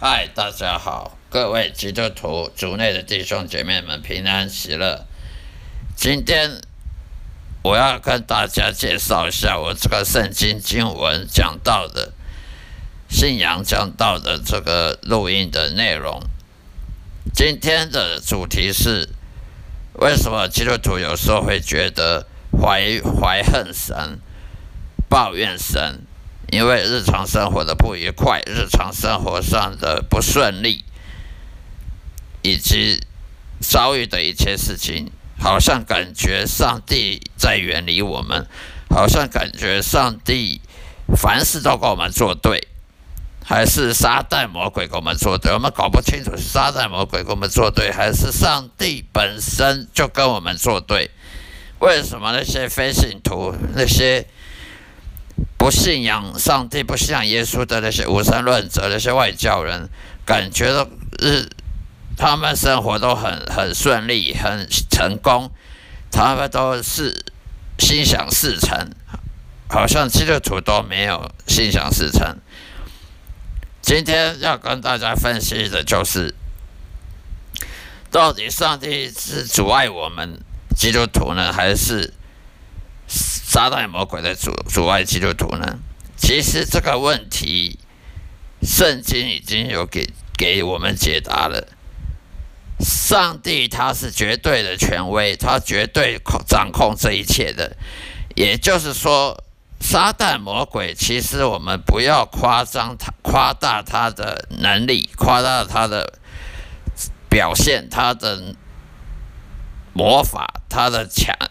嗨，大家好，各位基督徒族内的弟兄姐妹们平安喜乐。今天我要跟大家介绍一下我这个圣经经文讲到的信仰讲到的这个录音的内容。今天的主题是为什么基督徒有时候会觉得怀恨神、抱怨神，因为日常生活的不愉快，日常生活上的不顺利，以及遭遇的一切事情，好像感觉上帝在远离我们，好像感觉上帝凡事都跟我们作对，还是撒旦魔鬼跟我们作对，我们搞不清楚是撒旦魔鬼跟我们作对，还是上帝本身就跟我们作对。为什么那些非信徒，那些不信仰上帝、不信仰耶稣的那些无神论者、那些外教人，感觉到他们生活都很顺利、很成功，他们都是心想事成，好像基督徒都没有心想事成。今天要跟大家分析的就是，到底上帝是阻碍我们基督徒呢，还是撒旦魔鬼的阻碍基督徒呢？其实这个问题，圣经已经有给我们解答了。上帝他是绝对的权威，他绝对掌控这一切的。也就是说，撒旦魔鬼其实我们不要夸大他的能力，夸大他的表现，他的魔法，他的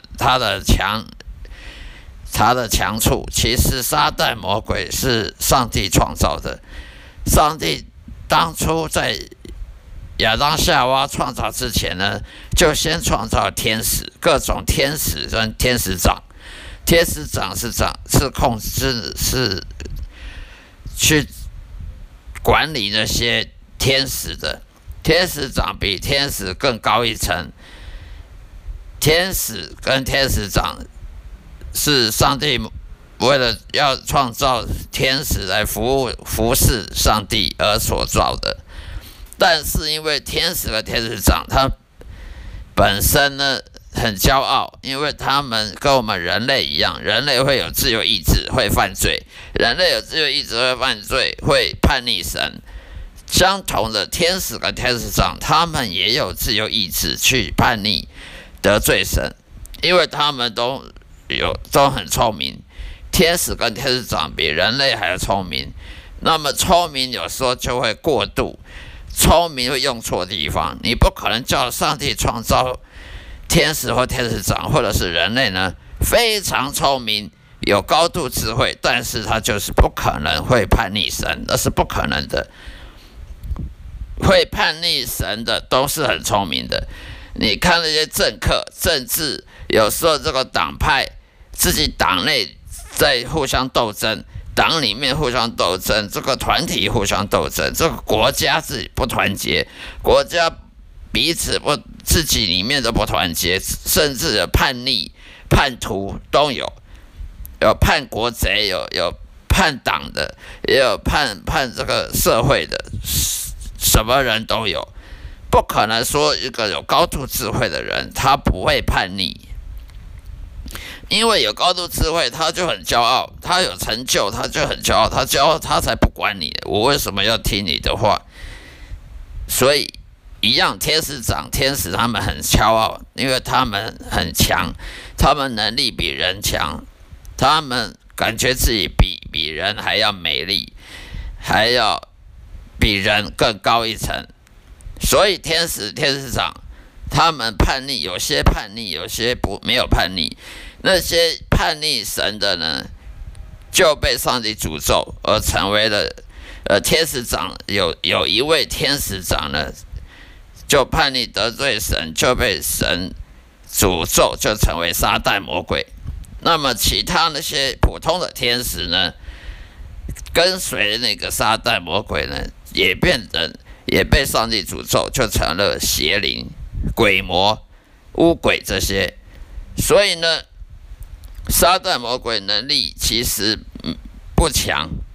强处。其实撒旦魔鬼是上帝创造的。上帝当初在亚当夏娃创造之前呢，就先创造天使，各种天使跟天使长。天使长是控制，是去管理那些天使的。天使长比天使更高一层。天使跟天使长是上帝为了要创造天使来服侍上帝而所造的。但是因为天使和天使长他本身呢很骄傲，因为他们跟我们人类一样，人类会有自由意志，会犯罪，人类有自由意志会犯罪，会叛逆神。相同的，天使跟天使长他们也有自由意志去叛逆得罪神，因为他们都很聪明。天使跟天使长比人类还要聪明，那么聪明有时候就会过度，聪明会用错地方。你不可能叫上帝创造天使或天使长或者是人类呢非常聪明，有高度智慧，但是他就是不可能会叛逆神，那是不可能的。会叛逆神的都是很聪明的。你看那些政客、政治，有时候这个党派自己党内在互相斗争，党里面互相斗争，这个团体互相斗争，这个国家自己不团结，国家彼此自己里面都不团结，甚至有叛逆、叛徒都有叛国贼，有叛党的，也有叛这个社会的，什么人都有。不可能说一个有高度智慧的人他不会叛逆，因为有高度智慧他就很骄傲，他有成就他就很骄傲，他才不管你，我为什么要听你的话。所以一样，天使长天使他们很骄傲，因为他们很强，他们能力比人强，他们感觉自己比人还要美丽，还要比人更高一层。所以天使长他们叛逆，有些叛逆，有些没有叛逆。那些叛逆神的呢，就被上帝诅咒，而成为了天使长。有一位天使长呢，就叛逆得罪神，就被神诅咒，就成为撒旦魔鬼。那么其他那些普通的天使呢，跟随那个撒旦魔鬼呢，也被上帝诅咒，就成了邪灵、鬼魔、巫鬼这些。所以呢，撒旦魔鬼能力其实不强，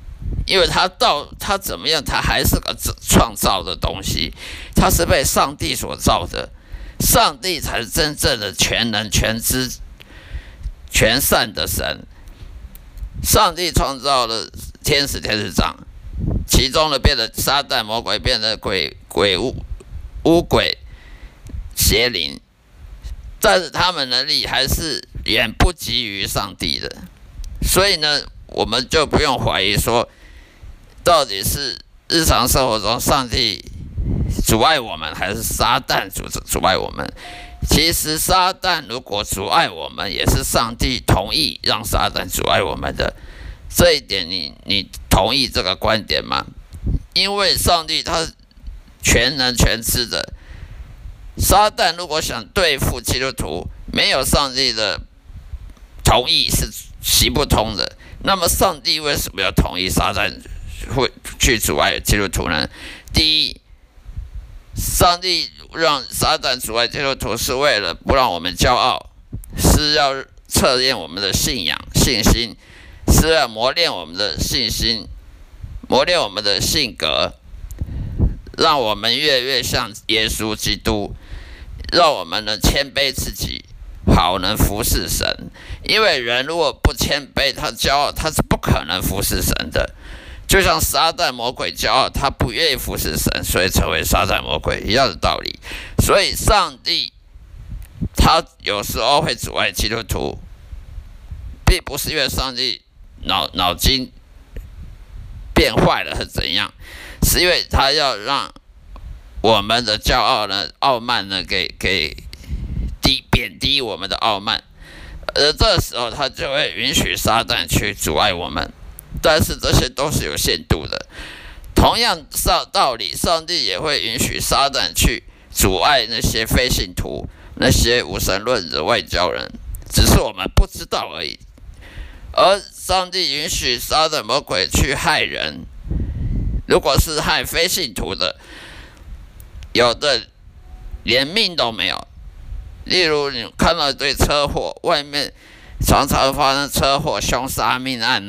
因为他怎么样，他还是个创造的东西，他是被上帝所造的，上帝才是真正的全能、全知、全善的神。上帝创造了天使、天使长，其中的变得撒旦、魔鬼，变得巫鬼、邪灵，但是他们能力还是远不及于上帝的。所以呢，我们就不用怀疑说，到底是日常生活中上帝阻碍我们，还是撒旦阻碍我们？其实撒旦如果阻碍我们，也是上帝同意让撒旦阻碍我们的。这一点你同意这个观点吗？因为上帝他全能全知的，撒旦如果想对付基督徒，没有上帝的同意是行不通的。那么上帝为什么要同意撒旦会去阻碍基督徒呢？第一，上帝让撒旦阻碍基督徒，是为了不让我们骄傲，是要测验我们的信心，是要磨练我们的信心，磨练我们的性格，让我们越像耶稣基督，让我们能谦卑自己，好能服侍神。因为人如果不谦卑，他骄傲，他是不可能服侍神的。就像撒旦魔鬼骄傲，他不愿意服侍神，所以成为撒旦魔鬼一样的道理。所以上帝他有时候会阻碍基督徒，并不是因为上帝脑筋变坏了是怎样，是因为他要让我们的骄傲呢、傲慢呢给贬低我们的傲慢，而这时候他就会允许撒旦去阻碍我们。但是这些都是有限度的。同样道理，上帝也会允许撒旦去阻碍那些非信徒、那些无神论的外交人，只是我们不知道而已。而上帝允许撒旦魔鬼去害人，如果是害非信徒的，有的连命都没有。例如你看到一堆车祸，外面常常发生车祸、凶杀命案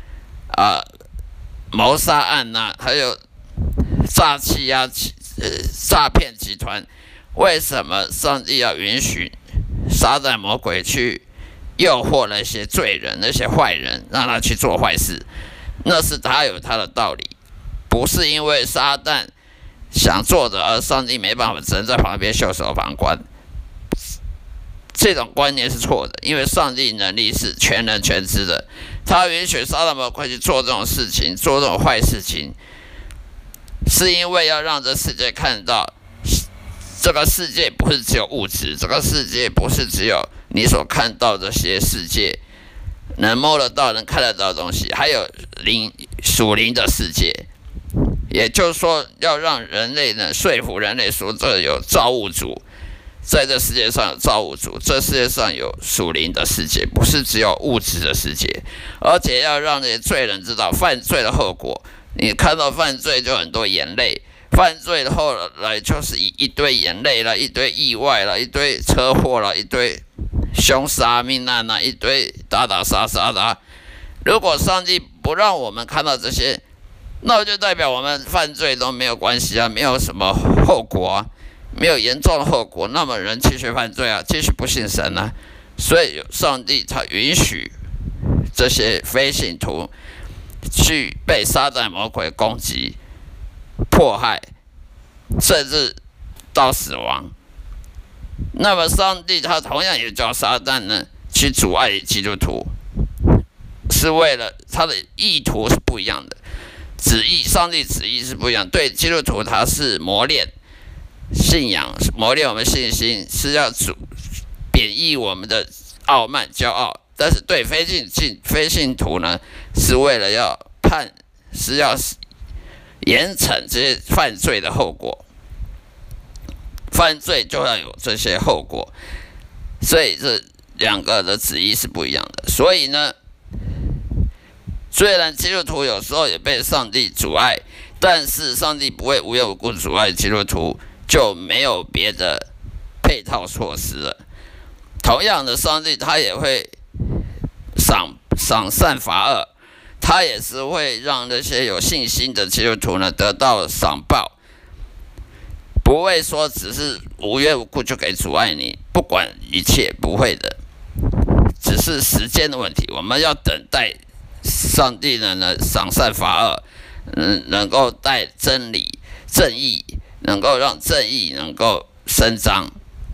谋杀案还有诈欺诈骗集团，为什么上帝要允许撒旦魔鬼去诱惑那些罪人、那些坏人，让他去做坏事？那是他有他的道理，不是因为撒旦想做的，而上帝没办法，只能在旁边袖手旁观。这种观念是错的，因为上帝能力是全能全知的，他允许撒旦魔鬼去做这种事情，做这种坏事情，是因为要让这世界看到，这个世界不是只有物质，这个世界不是只有你所看到这些世界能摸得到、能看得到的东西，还有属灵的世界。也就是说，要让人类呢说服人类说，这有造物主。在这世界上有造物主，这世界上有属灵的世界，不是只有物质的世界。而且要让那些罪人知道犯罪的后果。你看到犯罪就很多眼泪，犯罪的后来就是一堆眼泪了，一堆意外了，一堆车祸了，一堆凶杀命案了，一堆打杀的。如果上帝不让我们看到这些，那就代表我们犯罪都没有关系啊，没有什么后果啊，没有严重的后果，那么人继续犯罪啊，继续不信神啊。所以上帝他允许这些非信徒去被撒旦魔鬼攻击、迫害，甚至到死亡。那么上帝他同样也叫撒旦呢去阻碍基督徒，是为了他的意图是不一样的，上帝旨意是不一样。对基督徒他是磨练信仰，磨练我们信心，是要贬义我们的傲慢、骄傲。但是对非信徒呢，是为了是要严惩这些犯罪的后果。犯罪就要有这些后果，所以这两个的旨意是不一样的。所以呢，虽然基督徒有时候也被上帝阻碍，但是上帝不会无缘无故阻碍基督徒，就没有别的配套措施了。同样的，上帝他也会赏善罚恶， 他也是会让那些有信心的基督徒呢得到赏报，不会说只是无缘无故就给阻碍你，不管一切，不会的，只是时间的问题。我们要等待上帝呢赏善罚恶，能够带真理正义，能够让正义能够伸张，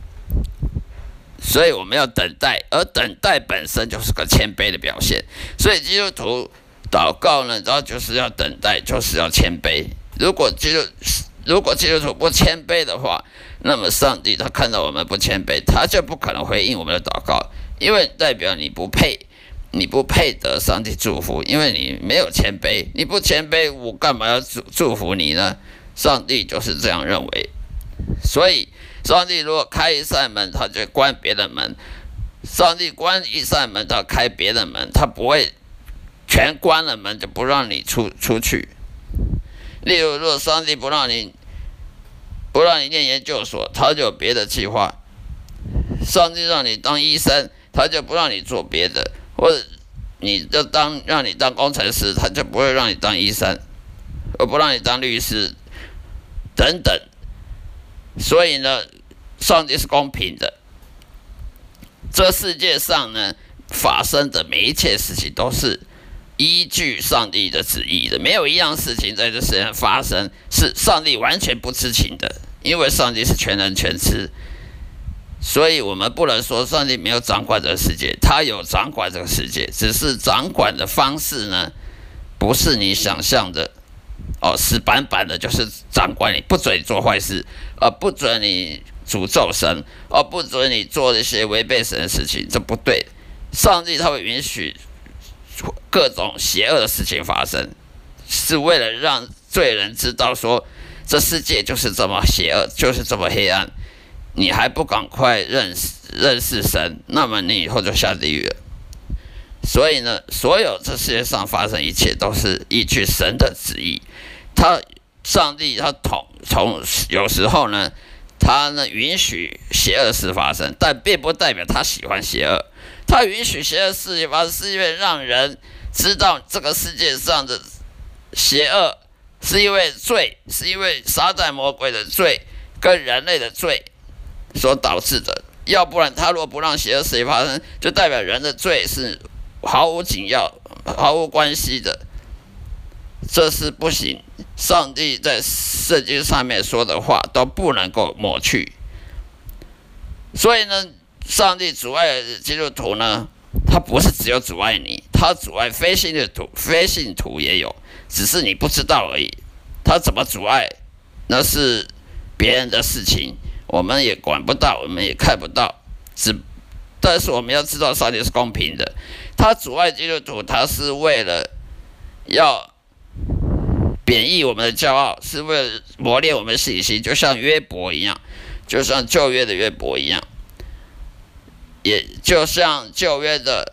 所以我们要等待，而等待本身就是个谦卑的表现。所以基督徒祷告呢，然后就是要等待，就是要谦卑。如果基督徒不谦卑的话，那么上帝他看到我们不谦卑，他就不可能回应我们的祷告，因为代表你不配得上帝祝福，因为你没有谦卑。你不谦卑，我干嘛要祝福你呢？上帝就是这样认为。所以上帝如果开一扇门，他就关别的门；上帝关一扇门，他开别的门，他不会全关了门就不让你出去。例如，如果上帝不让你念研究所，他就有别的计划；上帝让你当医生，他就不让你做别的，或者让你当工程师，他就不会让你当医生，而不让你当律师等等。所以呢，上帝是公平的。这世界上呢发生的每一切事情都是依据上帝的旨意的，没有一样事情在这世界上发生是上帝完全不知情的，因为上帝是全能全知。所以我们不能说上帝没有掌管这个世界，他有掌管这个世界，只是掌管的方式呢不是你想象的死板板的，就是掌管你，不准你做坏事，不准你诅咒神，不准你做一些违背神的事情，这不对。上帝他会允许各种邪恶的事情发生，是为了让罪人知道说，这世界就是这么邪恶，就是这么黑暗，你还不赶快认识神，那么你以后就下地狱了。所以呢，所有这世界上发生一切都是依据神的旨意。上帝他有时候呢，他呢允许邪恶事发生，但并不代表他喜欢邪恶。他允许邪恶事情发生，是因为让人知道这个世界上的邪恶是因为罪，是因为撒旦魔鬼的罪跟人类的罪所导致的。要不然他若不让邪恶事情发生，就代表人的罪是毫无紧要、毫无关系的，这是不行。上帝在圣经上面说的话都不能够抹去。所以呢，上帝阻碍基督徒呢，他不是只有阻碍你，他阻碍非信徒也有，只是你不知道而已。他怎么阻碍，那是别人的事情，我们也管不到，我们也看不到。但是我们要知道，上帝是公平的。他阻碍基督徒，他是为了要贬义我们的骄傲，是为了磨练我们的信心，就像约伯一样，就像旧约的约伯一样，也就像旧约的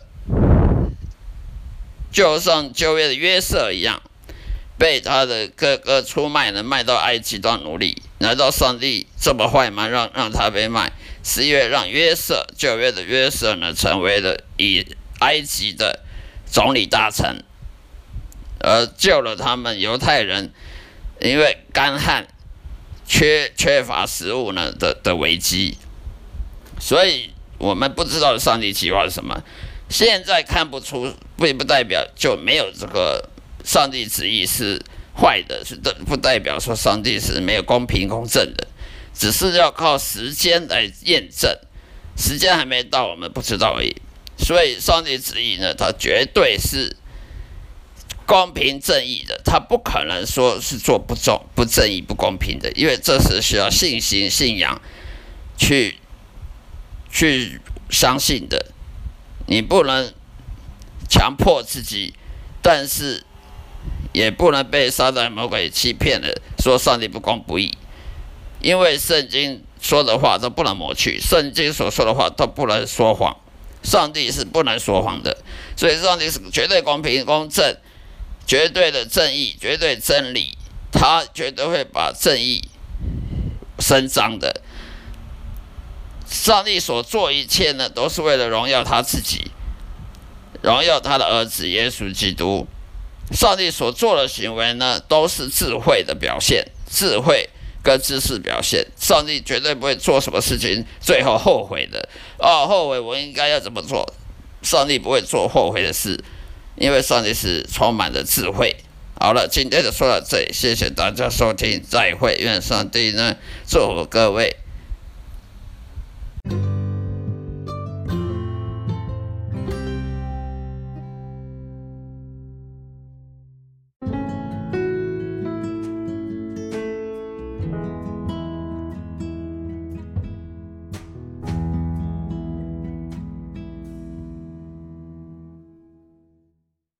约瑟一样，被他的哥哥出卖了，卖到埃及当奴隶。难道上帝这么坏吗？让他被卖，是因为让旧约的约瑟呢，成为了埃及的总理大臣，而救了他们犹太人因为干旱缺乏食物呢的危机。所以我们不知道上帝计划是什么，现在看不出，并不代表就没有这个上帝旨意是坏的，不代表说上帝是没有公平公正的，只是要靠时间来验证，时间还没到，我们不知道而已。所以上帝旨意呢，它绝对是公平正义的，他不可能说是做不正义、不公平的，因为这是需要信心、信仰去相信的。你不能强迫自己，但是也不能被撒旦魔鬼欺骗了，说上帝不公不义。因为圣经说的话都不能抹去，圣经所说的话都不能说谎，上帝是不能说谎的，所以上帝是绝对公平公正，绝对的正义，绝对真理，他绝对会把正义伸张的。上帝所做一切呢，都是为了荣耀他自己，荣耀他的儿子耶稣基督。 上帝所做的行为呢，都是智慧的表现，智慧跟知识表现。上帝绝对不会做什么事情最后后悔的。后悔我应该要怎么做？上帝不会做后悔的事，因为上帝是充满了智慧。好了，今天就说到这里，谢谢大家收听，再会。愿上帝呢祝福各位。